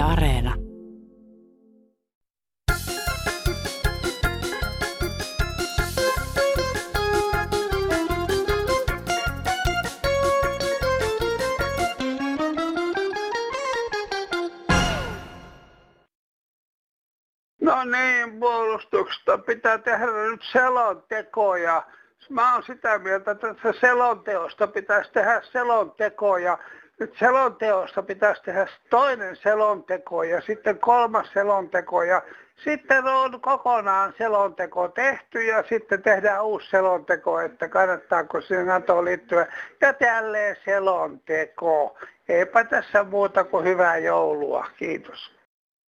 Areena. No niin, puolustuksesta pitää tehdä nyt selonteko ja mä oon sitä mieltä, että selonteosta pitäisi tehdä selonteko ja nyt selonteosta pitäisi tehdä toinen selonteko ja sitten kolmas selonteko ja sitten on kokonaan selonteko tehty ja sitten tehdään uusi selonteko, että kannattaako sinne NATOon liittyä ja tälleen selonteko. Eipä tässä muuta kuin hyvää joulua. Kiitos.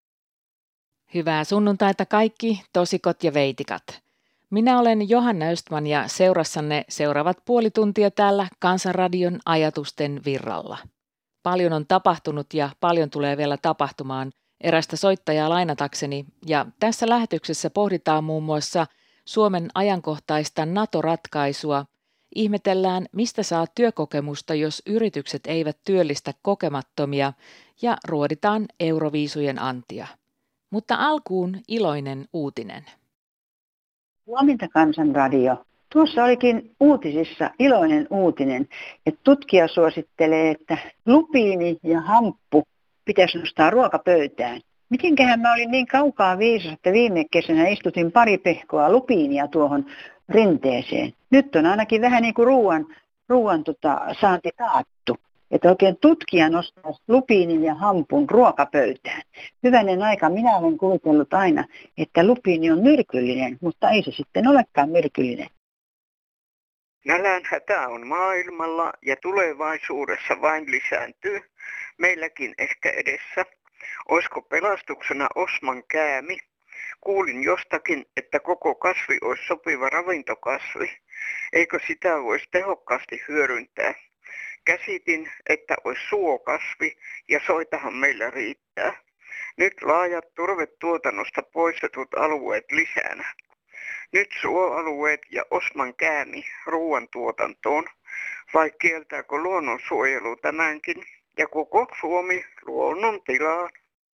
Hyvää sunnuntaita kaikki tosikot ja veitikat. Minä olen Johanna Östman ja seurassanne seuraavat puoli tuntia täällä Kansanradion ajatusten virralla. Paljon on tapahtunut ja paljon tulee vielä tapahtumaan erästä soittajaa lainatakseni ja tässä lähetyksessä pohditaan muun muassa Suomen ajankohtaista NATO-ratkaisua, ihmetellään mistä saa työkokemusta, jos yritykset eivät työllistä kokemattomia ja ruoditaan euroviisujen antia. Mutta alkuun iloinen uutinen. Huomenta Kansanradio. Tuossa olikin uutisissa iloinen uutinen, että tutkija suosittelee, että lupiini ja hamppu pitäisi nostaa ruokapöytään. Mitenköhän mä olin niin kaukaa viisas, että viime kesänä istutin pari pehkoa lupiinia tuohon rinteeseen. Nyt on ainakin vähän niin kuin ruoan saanti taattu. Että oikein tutkija nostaa lupiinin ja hampun ruokapöytään. Hyvänen aika, minä olen kuvitellut aina, että lupiini on myrkyllinen, mutta ei se sitten olekaan myrkyllinen. Nälänhätä on maailmalla ja tulevaisuudessa vain lisääntyy. Meilläkin ehkä edessä. Olisiko pelastuksena Osman käämi? Kuulin jostakin, että koko kasvi olisi sopiva ravintokasvi. Eikö sitä voisi tehokkaasti hyödyntää? Käsitin, että olisi suokasvi ja soitahan meillä riittää. Nyt laajat turvetuotannosta poistetut alueet lisänä. Nyt suoalueet ja Osman käämi ruoantuotantoon, vai kieltääkö luonnonsuojelu tämänkin ja koko Suomi luonnon tilaan?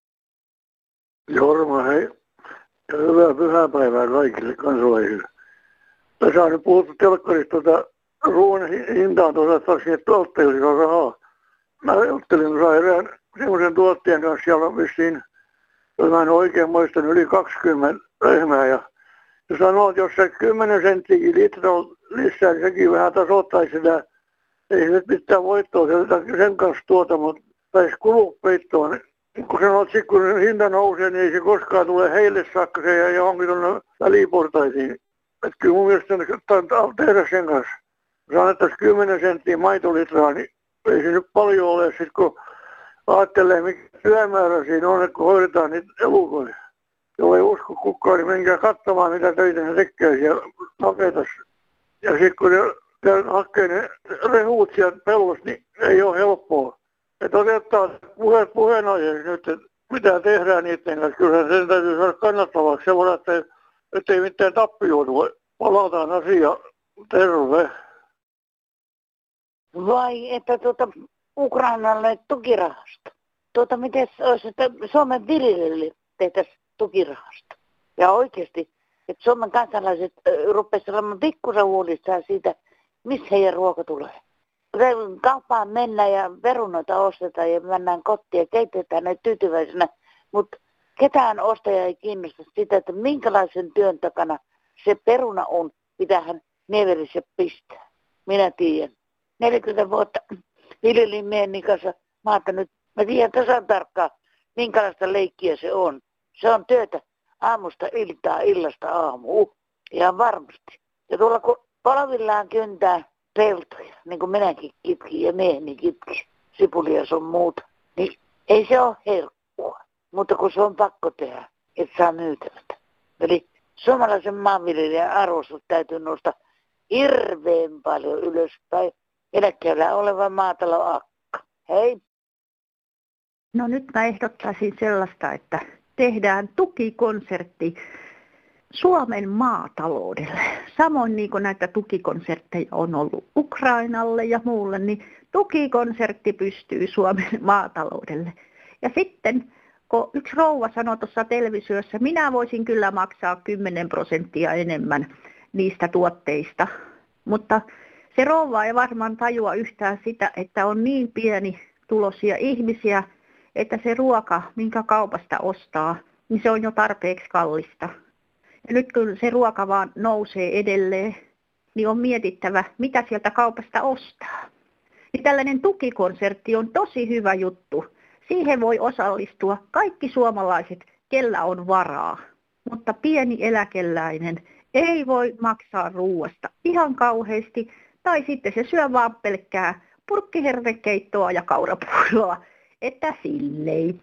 Jorma, hei. Ja hyvää pyhäpäivää kaikille kansalaisille. Tässä on nyt puhuttu telkkarista ruoan hintaan saataisiin, että tuotteille rahaa. Mä juttelin erään semmoisen tuottajan kanssa, siellä on vissiin, jos mä en oikein muistan, yli 20 lehmää. Ja se sanoo, että jos se 10 senttiäkin litra lisää, niin sekin vähän tasoittaisi sitä. Ei se mitään voittoa sen kanssa mutta pääsi kulut peittoon. Kun sanoo, että kun hinta nousee, niin ei se koskaan tule heille saakka se ja johonkin tuonne väliportaisiin. Että kyllä mun mielestä tehdä sen kanssa. Jos annettaisiin 10 senttiä maitolitraa, niin ei se nyt paljon ole, sit kun ajattelee, mikä työmäärä siinä on, että kun hoidetaan niitä elukoja. Jolla ei usko kukaan, niin menkää katsomaan, mitä töitä ne tekee siellä navetassa. Ja sitten kun ne hakkee ne rehuut sieltä pellosta, niin ei ole helppoa. Että otetaan puheenaiheeksi nyt, että mitä tehdään niiden kanssa. Kyllä sen täytyy saada kannattavaksi semmoinen, että ei mitään tappioon tule. Palataan asia. Terve. Vai että Ukrainalle tukirahasto. Miten olisi, että Suomen viljelijöille tehtäisiin tukirahasto. Ja oikeasti, että Suomen kansalaiset rupesivat olemaan pikkusen huolissaan siitä, missä heidän ruoka tulee. Kauppaan mennään ja perunoita ostetaan ja mennään kotiin ja keitetään ne tyytyväisenä. Mutta ketään ostaja ei kiinnosta sitä, että minkälaisen työn takana se peruna on, mitä hän nievelissä pistää. Minä tiedän. 40 vuotta viljelin mieheni kanssa maata nyt. Mä tiedän tasan tarkkaan, minkälaista leikkiä se on. Se on työtä aamusta iltaa, illasta aamuun. Ihan varmasti. Ja tuolla kun polvillaan kyntää peltoja, niin kuin minäkin kitkin ja mieheni kitki, sipulia sun muuta, niin ei se ole herkkua. Mutta kun se on pakko tehdä, että saa myytävät. Eli suomalaisen maanviljelijän arvostus täytyy nostaa hirveän paljon ylöspäin. Eläkkeellä oleva maatalon akka. Hei! No nyt mä ehdottaisin sellaista, että tehdään tukikonsertti Suomen maataloudelle. Samoin niin kuin näitä tukikonsertteja on ollut Ukrainalle ja muulle, niin tukikonsertti pystyy Suomen maataloudelle. Ja sitten kun yksi rouva sanoi tuossa televisiossa, minä voisin kyllä maksaa 10% enemmän niistä tuotteista. Mutta se rouva ei varmaan tajua yhtään sitä, että on niin pieni tuloisia ihmisiä, että se ruoka, minkä kaupasta ostaa, niin se on jo tarpeeksi kallista. Ja nyt kun se ruoka vaan nousee edelleen, niin on mietittävä, mitä sieltä kaupasta ostaa. Niin tällainen tukikonsertti on tosi hyvä juttu. Siihen voi osallistua kaikki suomalaiset, kellä on varaa. Mutta pieni eläkeläinen ei voi maksaa ruuasta ihan kauheasti, tai sitten se syö vaan pelkkää purkkihernekeittoa ja kaurapuuroa, että silleen.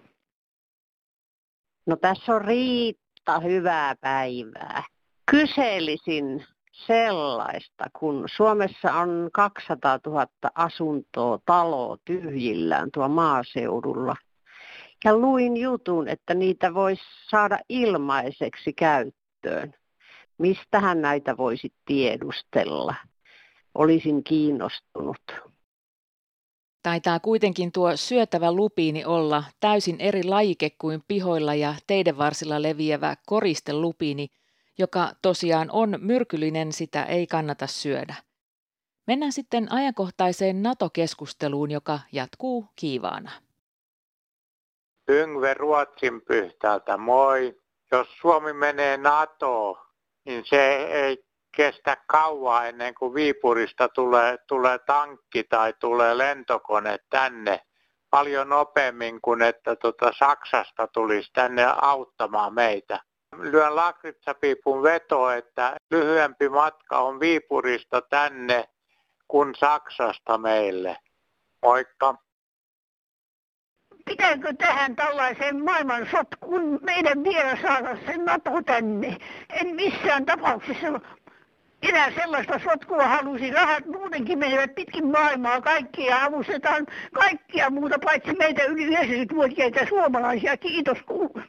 No tässä on Riitta, hyvää päivää. Kyselisin sellaista, kun Suomessa on 200 000 asuntoa, taloa tyhjillään tuo maaseudulla. Ja luin jutun, että niitä voisi saada ilmaiseksi käyttöön. Mistähän näitä voisi tiedustella? Olisin kiinnostunut. Taitaa kuitenkin tuo syötävä lupiini olla täysin eri lajike kuin pihoilla ja teiden varsilla leviävä koristelupiini, joka tosiaan on myrkyllinen, sitä ei kannata syödä. Mennään sitten ajankohtaiseen NATO-keskusteluun, joka jatkuu kiivaana. Yngve Ruotsin Pyhtältä, moi. Jos Suomi menee NATOon, niin se ei kestä kauan ennen kuin Viipurista tulee tankki tai tulee lentokone tänne. Paljon nopeammin kuin että Saksasta tulisi tänne auttamaan meitä. Lyön lakritsapiipun vetoa, että lyhyempi matka on Viipurista tänne kuin Saksasta meille. Moikka! Pitääkö tähän tällaiseen maailman sotkuun meidän vielä saada sen NATO tänne? En missään tapauksessa enää sellaista sotkua halusi. Rahat muutenkin menevät pitkin maailmaa, kaikkia avustetaan, kaikkia muuta paitsi meitä yli 90-vuotiaita suomalaisia. Kiitos kuulla.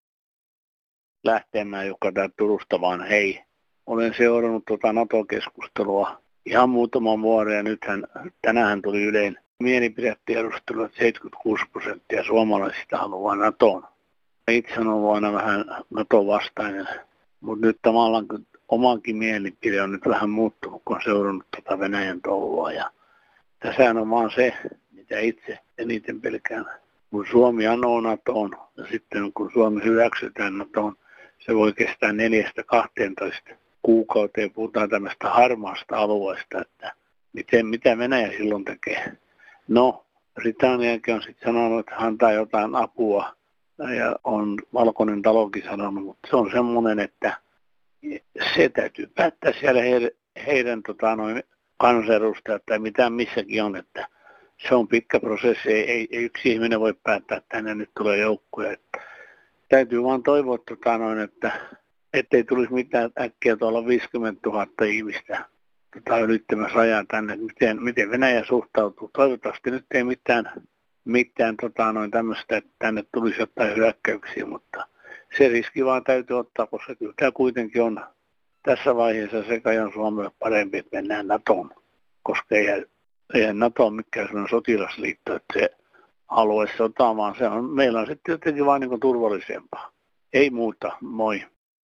Lähteemään, joka täältä Turusta vaan hei. Olen seurannut NATO-keskustelua ihan muutaman vuoden ja tänään tuli yleinen mielipidetiedustelu, että 76% suomalaisista haluaa NATOon. Itse on aina vähän NATO-vastainen, mutta nyt tavallaan omankin mielipide on nyt vähän muuttunut, kun on seurannut Venäjän touhua. Ja tässähän on vaan se, mitä itse eniten pelkään. Kun Suomi anoo NATOon ja sitten kun Suomi hyväksytään NATOon, se voi kestää 4-12 kuukauteen. Puhutaan tämmöistä harmaasta alueesta, että mitä Venäjä silloin tekee. No, Britanniakin on sitten sanonut, että hän antaa jotain apua ja on Valkoinen talokin sanonut, mutta se on semmoinen, että se täytyy päättää siellä heidän kansanedustajat tai mitä missäkin on, että se on pitkä prosessi, ei yksi ihminen voi päättää, että tänne nyt tulee joukkoja. Että täytyy vaan toivoa, että ettei tulisi mitään äkkiä tuolla 50 000 ihmistä ylittämässä rajaa tänne, miten Venäjä suhtautuu. Toivottavasti nyt ei mitään tämmöistä, että tänne tulisi jotain hyökkäyksiä, mutta se riski vaan täytyy ottaa, koska kyllä tämä kuitenkin on tässä vaiheessa sekä Suomelle parempi, että mennään NATOon, koska ei NATO ole mikään sellainen sotilasliitto, että se haluaisi sotaa, vaan meillä on sitten jotenkin vaan niin turvallisempaa. Ei muuta, moi.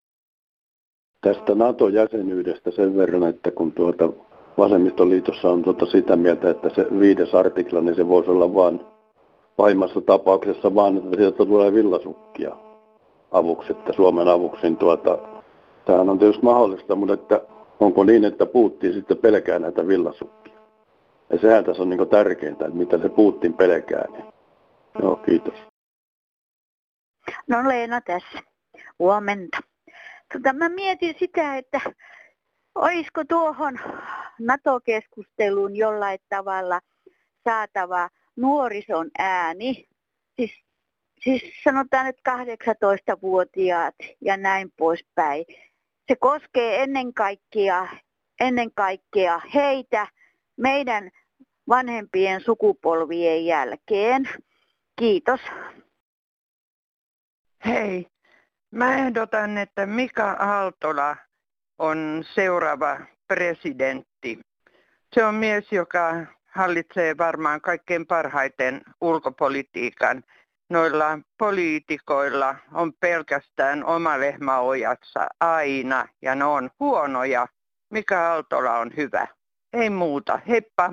Tästä NATO-jäsenyydestä sen verran, että kun Vasemmistoliitossa on sitä mieltä, että se 5. artikla, niin se voisi olla vain pahimmassa tapauksessa vaan, että sieltä tulee villasukkia avuksi, että Suomen avuksi. Tämähän on tietysti mahdollista, mutta että onko niin, että Putin sitten pelkää näitä villasukkia? Ja sehän tässä on niin tärkeintä, että mitä se Putin pelkää. Niin. Joo, kiitos. No Leena tässä. Huomenta. Mä mietin sitä, että olisiko tuohon NATO-keskusteluun jollain tavalla saatava nuorison ääni, siis sanotaan nyt 18-vuotiaat ja näin poispäin. Se koskee ennen kaikkea heitä meidän vanhempien sukupolvien jälkeen. Kiitos. Hei. Mä ehdotan, että Mika Aaltola on seuraava presidentti. Se on mies, joka hallitsee varmaan kaikkein parhaiten ulkopolitiikan noilla poliitikoilla on pelkästään oma lehmäojatsa aina ja ne on huonoja. Mika Aaltola on hyvä. Ei muuta. Heippa.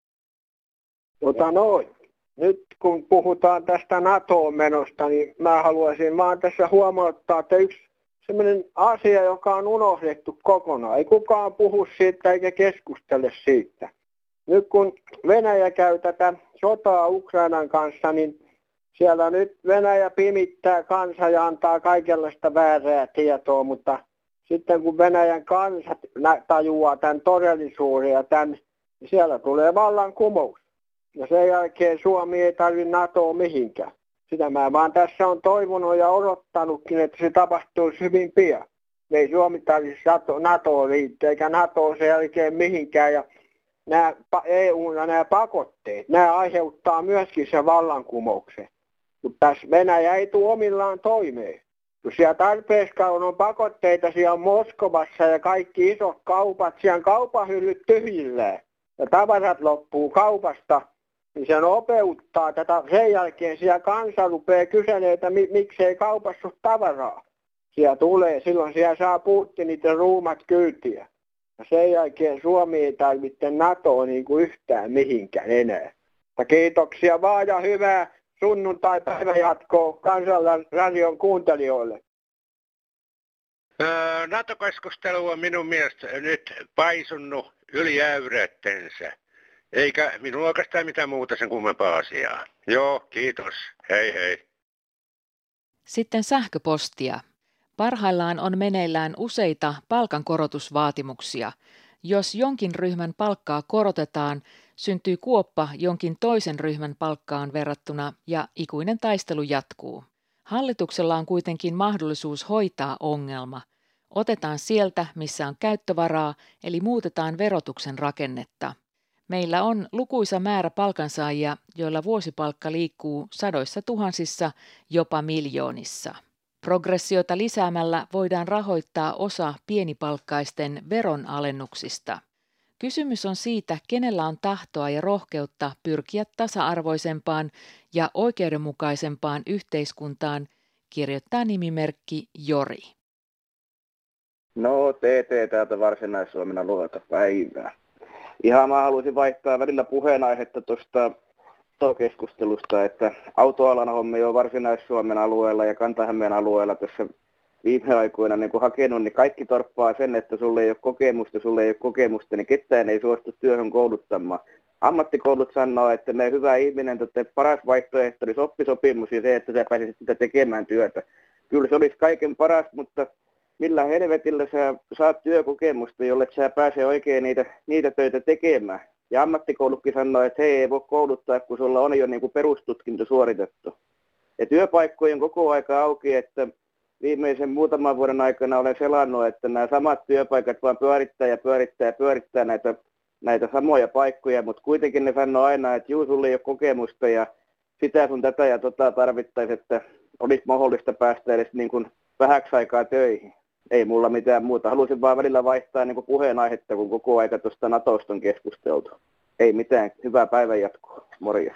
Nyt kun puhutaan tästä NATO-menosta, niin mä haluaisin vaan tässä huomauttaa, että yksi sellainen asia, joka on unohdettu kokonaan. Ei kukaan puhu siitä eikä keskustele siitä. Nyt kun Venäjä käy tätä sotaa Ukrainan kanssa, niin siellä nyt Venäjä pimittää kansaa ja antaa kaikenlaista väärää tietoa, mutta sitten kun Venäjän kansat tajuaa tämän todellisuuden ja tämän, niin siellä tulee vallankumous. Ja sen jälkeen Suomi ei tarvitse NATOa mihinkään. Sitä mä vaan tässä on toivonut ja odottanutkin, että se tapahtuisi hyvin pian. Ei Suomi tarvitse NATOa liittyä eikä NATOa sen jälkeen mihinkään. Ja nämä EU:na nämä pakotteet, nämä aiheuttaa myöskin sen vallankumouksen. Mutta tässä Venäjä ei tule omillaan toimeen. Kun siellä tarpeeksi kauan on pakotteita siellä Moskovassa ja kaikki isot kaupat, siellä kaupahyllyt tyhjillään ja tavarat loppuu kaupasta, niin se nopeuttaa tätä. Sen jälkeen siellä kansa rupeaa kyselemään, että miksei kaupassa ole tavaraa. Siellä tulee, silloin siellä saa Putinit ja ruumat kyytiä. Ja sen jälkeen Suomi ei tarvitse NATOa niin kuin yhtään mihinkään enää. Mutta kiitoksia vaan ja hyvää sunnuntai-päivänjatkoa Kansanradion kuuntelijoille. NATO-keskustelu on minun mielestä nyt paisunut yli äyrättensä. Eikä minulla oikeastaan mitään muuta sen kummempaa asiaa. Joo, kiitos. Hei hei. Sitten sähköpostia. Parhaillaan on meneillään useita palkankorotusvaatimuksia. Jos jonkin ryhmän palkkaa korotetaan, syntyy kuoppa jonkin toisen ryhmän palkkaan verrattuna ja ikuinen taistelu jatkuu. Hallituksella on kuitenkin mahdollisuus hoitaa ongelma. Otetaan sieltä, missä on käyttövaraa, eli muutetaan verotuksen rakennetta. Meillä on lukuisa määrä palkansaajia, joilla vuosipalkka liikkuu sadoissa tuhansissa, jopa miljoonissa. Progressiota lisäämällä voidaan rahoittaa osa pienipalkkaisten veronalennuksista. Kysymys on siitä, kenellä on tahtoa ja rohkeutta pyrkiä tasa-arvoisempaan ja oikeudenmukaisempaan yhteiskuntaan, kirjoittaa nimimerkki Jori. No, TT täältä Varsinais-Suomen alueelta päivää. Ihan mä haluaisin vaihtaa välillä puheenaihetta tuosta keskustelusta, että autoalan hommi on Varsinais-Suomen alueella ja Kanta-Hämeen alueella tässä viime aikoina niin kun hakenut, niin kaikki torppaa sen, että sulle ei ole kokemusta, niin ketään ei suostu työhön kouluttamaan. Ammattikoulut sanoo, että me hyvä ihminen, että paras vaihtoehto olisi oppisopimus ja se, että sä pääsisit sitä tekemään työtä. Kyllä se olisi kaiken paras, mutta millä helvetillä sä saat työkokemusta, jolle sä pääsee oikein niitä töitä tekemään. Ja ammattikoulukin sanoo, että hei, ei voi kouluttaa, kun sulla on jo niin kuin perustutkinto suoritettu. Ja työpaikkojen on koko aika auki, että viimeisen muutaman vuoden aikana olen selannut, että nämä samat työpaikat vaan pyörittää näitä samoja paikkoja, mutta kuitenkin ne sanoo aina, että juu, sulla ei ole kokemusta ja sitä sun tätä ja tarvittaisiin, että olisi mahdollista päästä edes niin kuin vähäksi aikaa töihin. Ei mulla mitään muuta. Haluaisin vaan välillä vaihtaa niin kuin puheenaihetta, kun koko aika tuosta NATOsta on keskusteltu. Ei mitään. Hyvää päivänjatkoa. Morjes.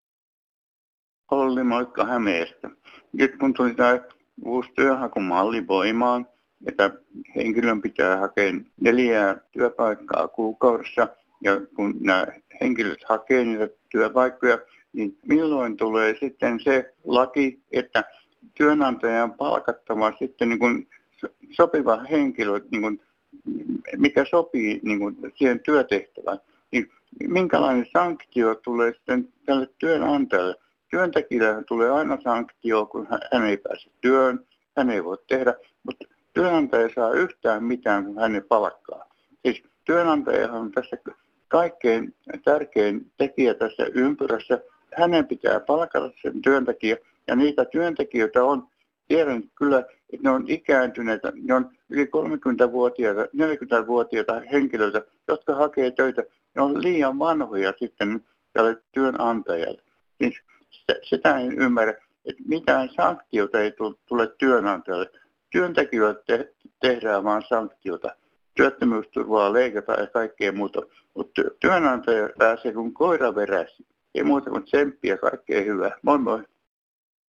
Olli, moikka Hämeestä. Nyt kun tuli tämä uusi työnhakumalli voimaan, että henkilön pitää hakea 4 työpaikkaa kuukaudessa, ja kun nämä henkilöt hakee niitä työpaikkoja, niin milloin tulee sitten se laki, että työnantajan palkattava sitten niin kuin sopiva henkilö, niin kuin, mikä sopii niin kuin siihen työtehtävään, niin minkälainen sanktio tulee sitten tälle työnantajalle? Työntekijälle tulee aina sanktio, kun hän ei pääse työhön, hän ei voi tehdä, mutta työnantaja ei saa yhtään mitään, kun hän ei palkkaa. Siis työnantajahan on tässä kaikkein tärkein tekijä tässä ympyrässä. Hänen pitää palkata sen työntekijä, ja niitä työntekijöitä on, tiedän kyllä, että ne on ikääntyneitä, ne on yli 30-vuotiaita, 40-vuotiaita henkilöitä, jotka hakee töitä. Ne on liian vanhoja sitten tälle työnantajalle. Siis sitä en ymmärrä, että mitään sanktiota ei tule työnantajalle. Työntekijöille tehdään vain sanktiota. Työttömyysturvaa leikataan ja kaikkea muuta, mutta työnantaja pääsee kuin koira veräsi. Ei muuta kuin tsemppiä, kaikkea hyvää. Moi moi!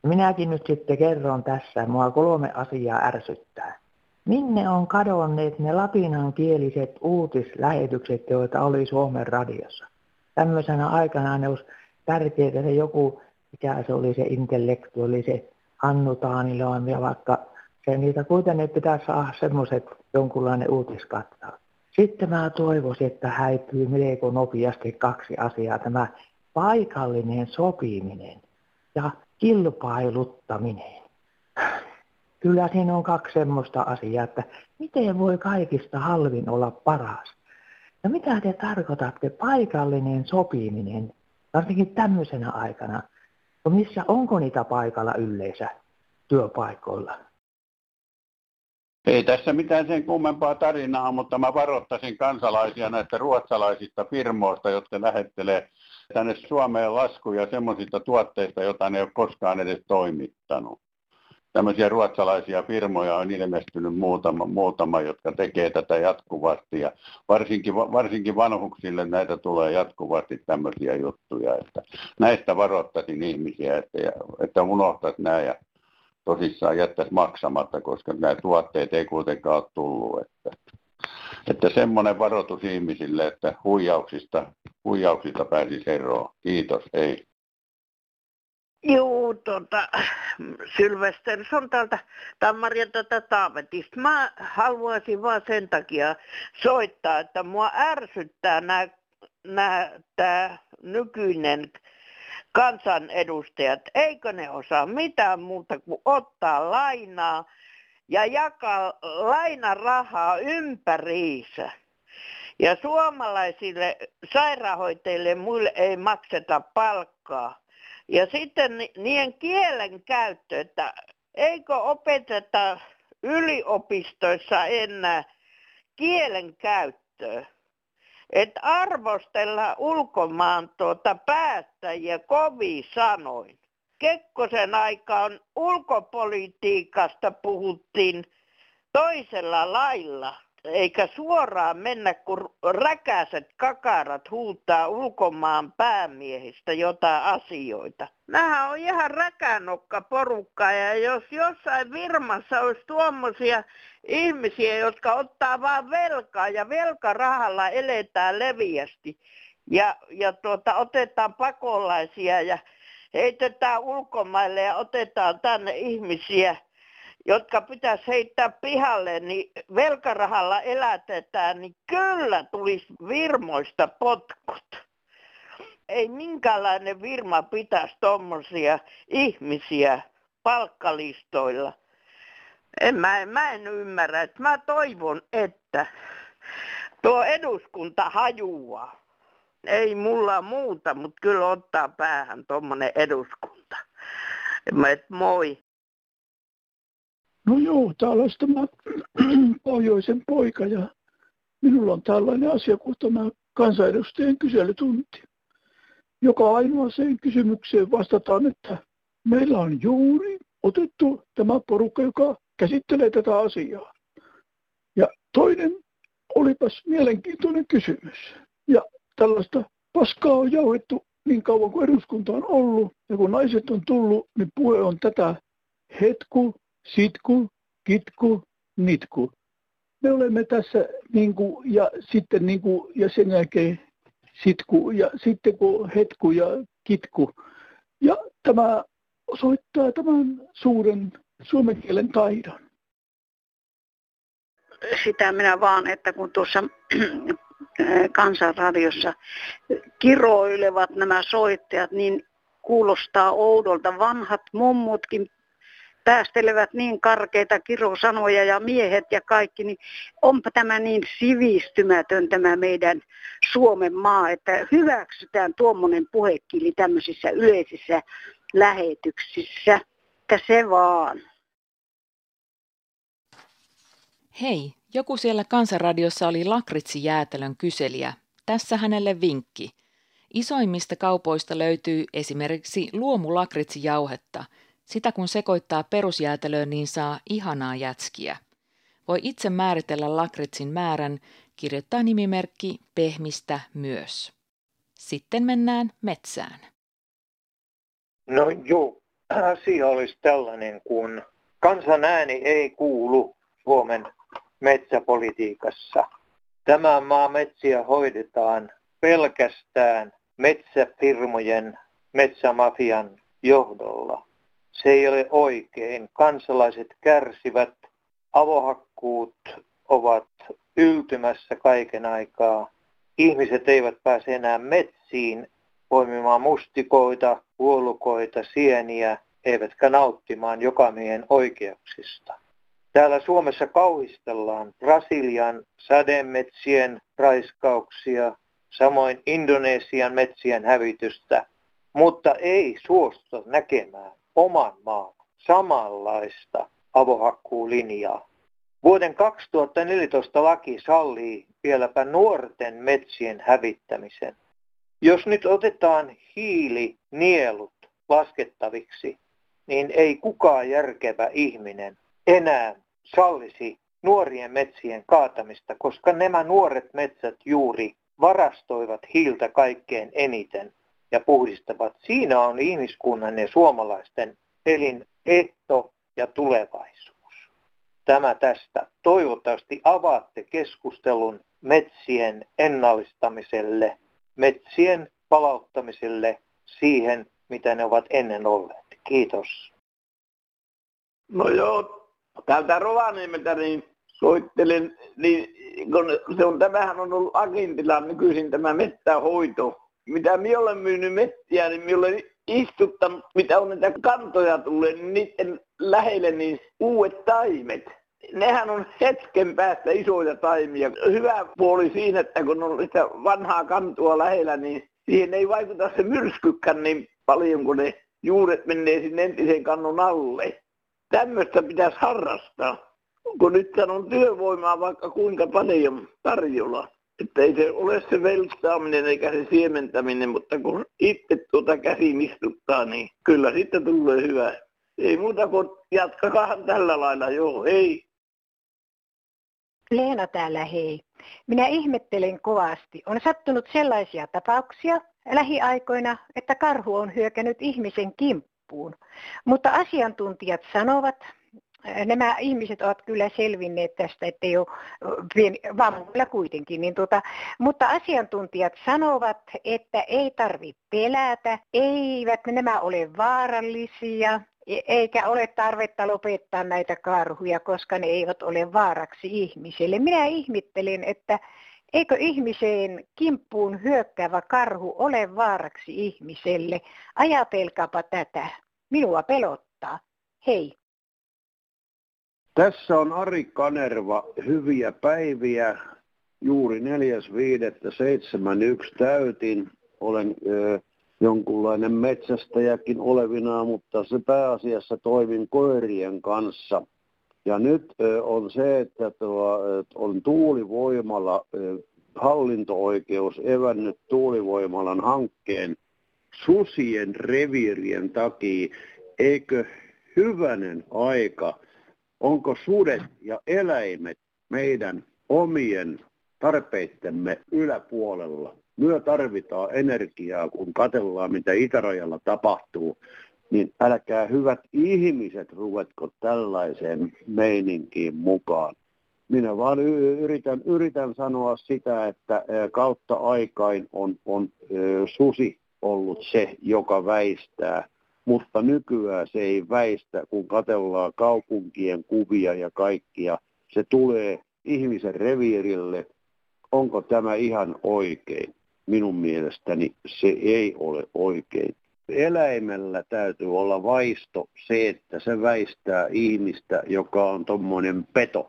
Minäkin nyt sitten kerron tässä, mua 3 asiaa ärsyttää. Minne on kadonneet ne latinankieliset uutislähetykset, joita oli Suomen radiossa? Tämmöisenä aikana ne olisi tärkeää se joku, mikä se oli se intellektuaali, se Hannu Taaniloan ja vaikka se niitä kuitenkin pitäisi saada semmoiset jonkunlainen uutiskattaus. Sitten mä toivoisin, että häipyy melko nopeasti 2 asiaa. Tämä paikallinen sopiminen ja kilpailuttaminen. Kyllä siinä on 2 semmoista asiaa, että miten voi kaikista halvin olla paras. Ja mitä te tarkoitatte paikallinen sopiminen, varsinkin tämmöisenä aikana, no missä onko niitä paikalla yleensä työpaikoilla? Ei tässä mitään sen kummempaa tarinaa, mutta mä varoittaisin kansalaisia näistä ruotsalaisista firmoista, jotka lähettelee tänne Suomeen laskuja semmoisista tuotteista, joita ne ei ole koskaan edes toimittanut. Tämmöisiä ruotsalaisia firmoja on ilmestynyt muutama, jotka tekee tätä jatkuvasti ja varsinkin vanhuksille näitä tulee jatkuvasti tämmöisiä juttuja, että näistä varoittaisin ihmisiä, että unohtaisi nämä ja tosissaan jättäisi maksamatta, koska nämä tuotteet ei kuitenkaan ole tullut. Että semmoinen varoitus ihmisille, että huijauksista pääsisi eroon. Kiitos, hei. Juu, Sylvester on täältä Tammarjan Taavetista. Mä haluaisin vaan sen takia soittaa, että mua ärsyttää tämä nykyinen kansanedustajat. Eikö ne osaa mitään muuta kuin ottaa lainaa ja jakaa lainarahaa ympäriinsä. Ja suomalaisille sairaanhoitajille muille ei makseta palkkaa. Ja sitten niiden kielen käyttö, että eikö opeteta yliopistoissa enää kielen käyttöä. Että arvostellaan ulkomaan päättäjiä kovin sanoin. Kekkosen aikaan ulkopolitiikasta puhuttiin toisella lailla, eikä suoraan mennä, kun räkäiset kakarat huutaa ulkomaan päämiehistä jotain asioita. Nämähän on ihan räkänokka porukkaa ja jos jossain firmassa olisi tuommoisia ihmisiä, jotka ottaa vaan velkaa ja velkarahalla eletään leviästi ja otetaan pakolaisia ja heitetään ulkomaille ja otetaan tänne ihmisiä, jotka pitäisi heittää pihalle, niin velkarahalla elätetään, niin kyllä tulisi firmoista potkut. Ei minkäänlainen firma pitäisi tommosia ihmisiä palkkalistoilla. Mä en ymmärrä, että mä toivon, että tuo eduskunta hajuaa. Ei mulla muuta, mutta kyllä ottaa päähän tommonen eduskunta. Moi. No joo, täällä olisi tämä pohjoisen poika ja minulla on tällainen asia kuin tämä kansanedustajien kyselytunti. Joka ainoaseen kysymykseen vastataan, että meillä on juuri otettu tämä porukka, joka käsittelee tätä asiaa. Ja toinen olipas mielenkiintoinen kysymys. Ja tällaista paskaa on jauhettu niin kauan kuin eduskunta on ollut. Ja kun naiset on tullut, niin puhe on tätä hetku, sitku, kitku, nitku. Me olemme tässä ja sitten ja sen jälkeen sitku ja sitten kun hetku ja kitku. Ja tämä osoittaa tämän suuren suomen kielen taidon. Sitä minä vaan, että kun tuossa Kansanradiossa kiroilevat nämä soittajat, niin kuulostaa oudolta. Vanhat mummutkin päästelevät niin karkeita kirosanoja ja miehet ja kaikki, niin onpa tämä niin sivistymätön tämä meidän Suomen maa, että hyväksytään tuommoinen puhekieli tämmöisissä yleisissä lähetyksissä. Että se vaan. Hei, joku siellä Kansanradiossa oli lakritsijäätelön kyselijä. Tässä hänelle vinkki. Isoimmista kaupoista löytyy esimerkiksi luomulakritsijauhetta. Sitä kun sekoittaa perusjäätelöön, niin saa ihanaa jätskiä. Voi itse määritellä lakritsin määrän, kirjoittaa nimimerkki pehmistä myös. Sitten mennään metsään. No juu, asia olisi tällainen, kun kansan ääni ei kuulu Suomen metsäpolitiikassa. Tämän maan metsiä hoidetaan pelkästään metsäfirmojen, metsämafian johdolla. Se ei ole oikein. Kansalaiset kärsivät, avohakkuut ovat yltymässä kaiken aikaa. Ihmiset eivät pääse enää metsiin poimimaan mustikoita, puolukoita, sieniä, eivätkä nauttimaan jokamiehen oikeuksista. Täällä Suomessa kauhistellaan Brasilian sademetsien raiskauksia, samoin Indonesian metsien hävitystä, mutta ei suosta näkemään oman maan samanlaista avohakkuulinjaa. Vuoden 2014 laki sallii vieläpä nuorten metsien hävittämisen. Jos nyt otetaan hiilinielut laskettaviksi, niin ei kukaan järkevä ihminen enää sallisi nuorien metsien kaatamista, koska nämä nuoret metsät juuri varastoivat hiiltä kaikkein eniten ja puhdistavat. Siinä on ihmiskunnan ja suomalaisten elinehto ja tulevaisuus. Tämä tästä. Toivottavasti avaatte keskustelun metsien ennallistamiselle, metsien palauttamiselle siihen, mitä ne ovat ennen olleet. Kiitos. No joo, täältä Rovaniemeltä niin soittelen, niin kun tämähän on ollut agentilla nykyisin tämä mettähoito. Mitä minä olen myynyt metsiä, niin minä olen istuttanut, mitä on näitä kantoja tulee, niin niiden lähelle niin uudet taimet. Nehän on hetken päästä isoja taimia. Hyvä puoli siinä, että kun on sitä vanhaa kantoa lähellä, niin siihen ei vaikuta se myrskykään niin paljon, kun ne juuret menee sinne entisen kannon alle. Tämmöistä pitäisi harrastaa, kun nyt on työvoimaa vaikka kuinka paljon tarjolla. Että ei se ole se velstaaminen eikä se siementäminen, mutta kun itse käsin istuttaa, niin kyllä sitten tulee hyvä. Ei muuta kuin jatkakahan tällä lailla, joo, hei. Leena täällä, hei. Minä ihmettelen kovasti. On sattunut sellaisia tapauksia lähiaikoina, että karhu on hyökännyt ihmisen kimppuun. Mutta asiantuntijat sanovat, nämä ihmiset ovat kyllä selvinneet tästä, ettei ole vammoilla kuitenkin, mutta asiantuntijat sanovat, että ei tarvitse pelätä, eivät nämä ole vaarallisia, eikä ole tarvetta lopettaa näitä karhuja, koska ne eivät ole vaaraksi ihmiselle. Minä ihmettelen, että eikö ihmiseen kimppuun hyökkäävä karhu ole vaaraksi ihmiselle? Ajatelkaapa tätä. Minua pelottaa. Hei. Tässä on Ari Kanerva. Hyviä päiviä. Juuri 4.5.71 täytin. Olen jonkunlainen metsästäjäkin olevinaan, mutta se pääasiassa toimin koirien kanssa. Ja nyt on se, että on tuulivoimalla hallinto-oikeus evännyt tuulivoimalan hankkeen susien reviirien takia. Eikö hyvänen aika, onko sudet ja eläimet meidän omien tarpeittemme yläpuolella? Myö tarvitaan energiaa, kun katsellaan, mitä itärajalla tapahtuu, niin älkää hyvät ihmiset ruvetko tällaiseen meininkiin mukaan. Minä vaan yritän sanoa sitä, että kautta aikain on susi ollut se, joka väistää, mutta nykyään se ei väistä, kun katsellaan kaupunkien kuvia ja kaikkia. Se tulee ihmisen reviirille. Onko tämä ihan oikein? Minun mielestäni se ei ole oikein. Eläimellä täytyy olla vaisto se, että se väistää ihmistä, joka on tommoinen peto.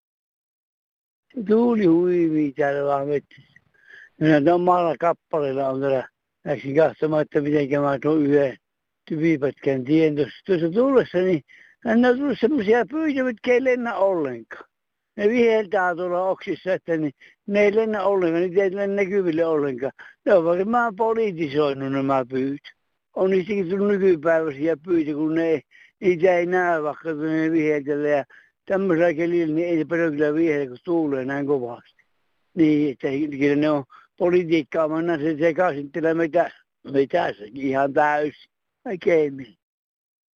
Tuuli huivii täällä vaan metsissä. Minä omalla kappaleella on täällä. Läksin katsomaan, että miten mä tuon yhden tyvipätkän tien tuossa tullessa, niin hän on tullut semmoisia pyytä, mitkä ei lennä ollenkaan. Ne viheltää tuolla oksissa, että ne ei lennä ollenkaan, niitä ei lennä näkyville ollenkaan. Ne on varmaan politisoinut nämä pyyt. On niistäkin tullut nykypäiväisiä pyitä, kun niitä ei näe, vaikka ne viheltellä. Ja tämmöisellä kelillä niin ei se paljon kyllä vihellä, kun tuulee näin kovasti. Niin, että kyllä ne on politiikkaa, mennään se sekaisin meitä ihan täysin. Oikein.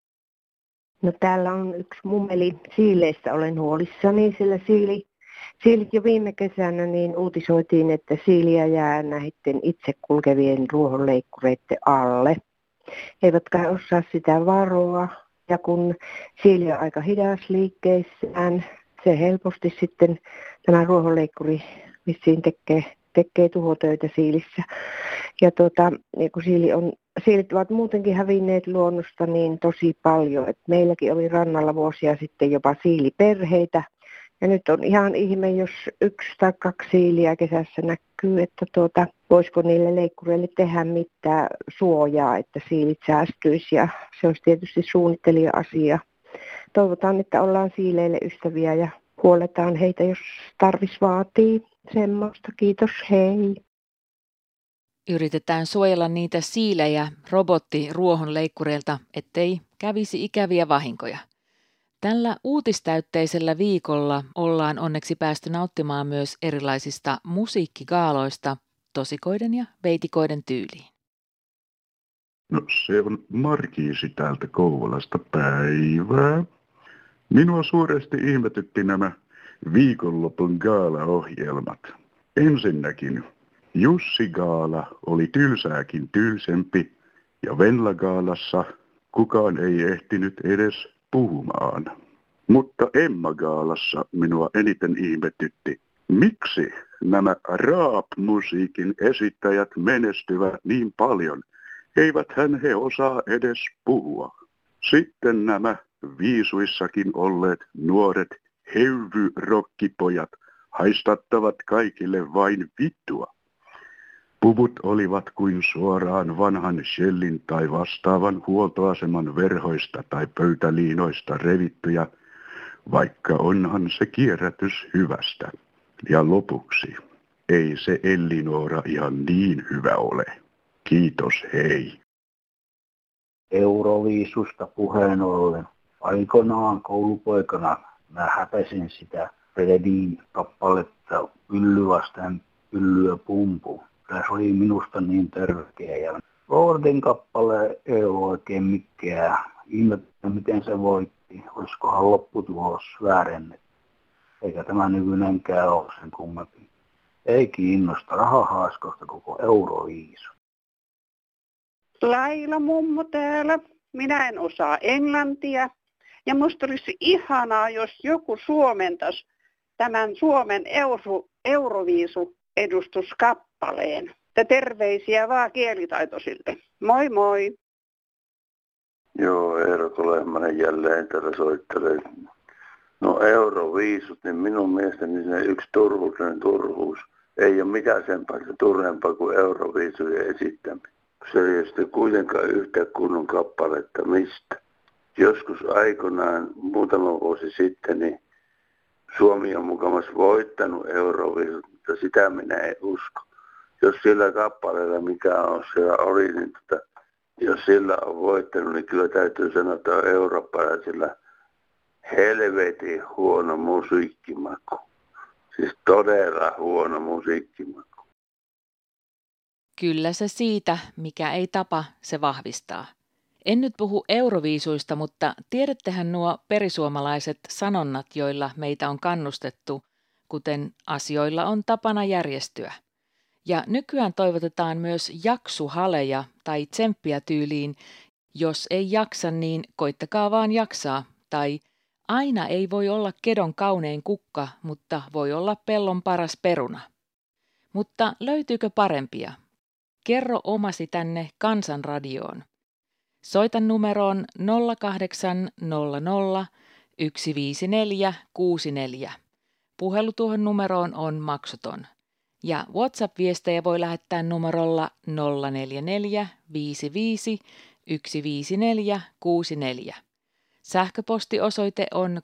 No täällä on yksi mummeli siileistä, olen huolissani, sillä siilit jo viime kesänä niin uutisoitiin, että siiliä jää näiden itse kulkevien ruohonleikkureiden alle. Eivätkä osaa sitä varoa, ja kun siili on aika hidas liikkeissään, se helposti sitten tämä ruohonleikkuri vissiin tekee tuhotöitä siilissä. Ja kun siilit ovat muutenkin hävinneet luonnosta niin tosi paljon, että meilläkin oli rannalla vuosia sitten jopa siiliperheitä. Ja nyt on ihan ihme, jos 1 tai 2 siiliä kesässä näkyy, että voisiko niille leikkureille tehdä mitään suojaa, että siilit säästyisi. Ja se olisi tietysti suunnittelija-asia. Toivotaan, että ollaan siileille ystäviä ja huoletaan heitä, jos tarvis vaatii semmoista. Kiitos, hei. Yritetään suojella niitä siilejä robottiruohonleikkureilta, ettei kävisi ikäviä vahinkoja. Tällä uutistäytteisellä viikolla ollaan onneksi päästy nauttimaan myös erilaisista musiikkigaaloista tosikoiden ja veitikoiden tyyliin. No se on Markiisi täältä Kouvolasta, päivää. Minua suuresti ihmetytti nämä viikonlopun gaala-ohjelmat. Ensinnäkin Jussi Gaala oli tylsääkin tylsempi ja Venla-gaalassa kukaan ei ehtinyt edes puhumaan. Mutta Emma-gaalassa minua eniten ihmetytti, miksi nämä rap-musiikin esittäjät menestyvät niin paljon, eiväthän he osaa edes puhua. Sitten nämä viisuissakin olleet nuoret heavy-rokkipojat haistattavat kaikille vain vittua. Puvut olivat kuin suoraan vanhan Shellin tai vastaavan huoltoaseman verhoista tai pöytäliinoista revittyjä, vaikka onhan se kierrätys hyvästä. Ja lopuksi, ei se Ellinora ihan niin hyvä ole. Kiitos, hei. Euroviisusta puheen ollen. Aikoinaan koulupoikana mä häpesin sitä Fredin kappaletta Ylly vasten Yllyä pumpu. Se oli minusta niin tärkeä. Ja Lordin kappale ei ole oikein mikään. Ihmettä, miten se voitti. Olisikohan lopputulos väärennetty. Eikä tämä nykyinenkään ole sen kummempi. Ei kiinnosta rahahaaskosta koko Euroviisu. Laila mummo täällä. Minä en osaa englantia. Ja musta olisi ihanaa, jos joku suomentaisi tämän Suomen Euroviisu-edustuskappaleen. Ja terveisiä vaan kielitaitoisille. Moi moi! Joo, Eero Tulehmanen jälleen täällä soittelee. No Euroviisut, niin minun mielestäni se yksi turhuus. Ei ole mitään sen turhempaa kuin Euroviisujen esittäminen. Se ei ole sitten kuitenkaan yhtä kunnon kappaletta mistä. Joskus aikoinaan, muutama vuosi sitten, niin Suomi on mukavasti voittanut Euroviisut, mutta sitä minä en usko. Jos sillä kappaleella, mikä on siellä oli, niin jos sillä on voittanut, niin kyllä täytyy sanoa, että on eurooppalaisilla helvetin huono musiikkimaku. Siis todella huono musiikkimaku. Kyllä se siitä, mikä ei tapa, se vahvistaa. En nyt puhu euroviisuista, mutta tiedättehän nuo perisuomalaiset sanonnat, joilla meitä on kannustettu, kuten asioilla on tapana järjestyä. Ja nykyään toivotetaan myös jaksuhaleja tai tsemppiä tyyliin, jos ei jaksa, niin koittakaa vaan jaksaa, tai aina ei voi olla kedon kaunein kukka, mutta voi olla pellon paras peruna. Mutta löytyykö parempia? Kerro omasi tänne Kansanradioon. Soita numeroon 0800 154 64. Puhelu tuohon numeroon on maksuton. Ja WhatsApp-viestejä voi lähettää numerolla 044 55 154 64. Sähköpostiosoite on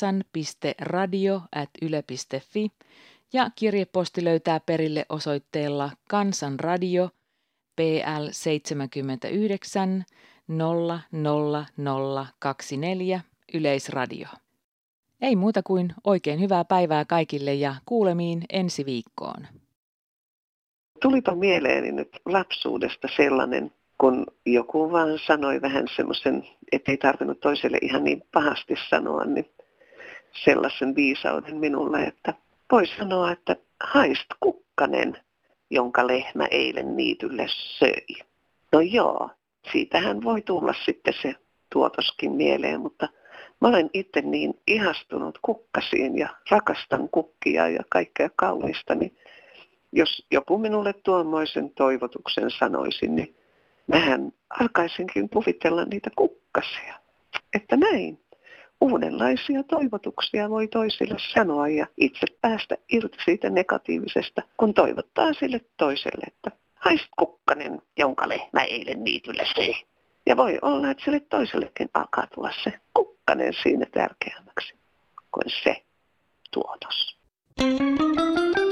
kansan.radio@yle.fi ja kirjeposti löytää perille osoitteella Kansanradio PL 79 00024 Yleisradio. Ei muuta kuin oikein hyvää päivää kaikille ja kuulemiin ensi viikkoon. Tulipa mieleeni nyt lapsuudesta sellainen kun joku vaan sanoi vähän semmoisen, ettei tarvinnut toiselle ihan niin pahasti sanoa, niin sellaisen viisauden minulle, että voi sanoa, että haist kukkanen, jonka lehmä eilen niitylle söi. No joo, siitähän voi tulla sitten se tuotoskin mieleen, mutta mä olen itse niin ihastunut kukkasiin ja rakastan kukkia ja kaikkea kaunista, niin jos joku minulle tuommoisen toivotuksen sanoisi, niin mähän alkaisinkin kuvitella niitä kukkasia. Että näin. Uudenlaisia toivotuksia voi toisille sanoa ja itse päästä irti siitä negatiivisesta, kun toivottaa sille toiselle, että haist kukkanen, jonka lehmä eilen niitylle söi. Ja voi olla, että sille toisellekin alkaa tulla se kukkanen siinä tärkeämmäksi kuin se tuotos.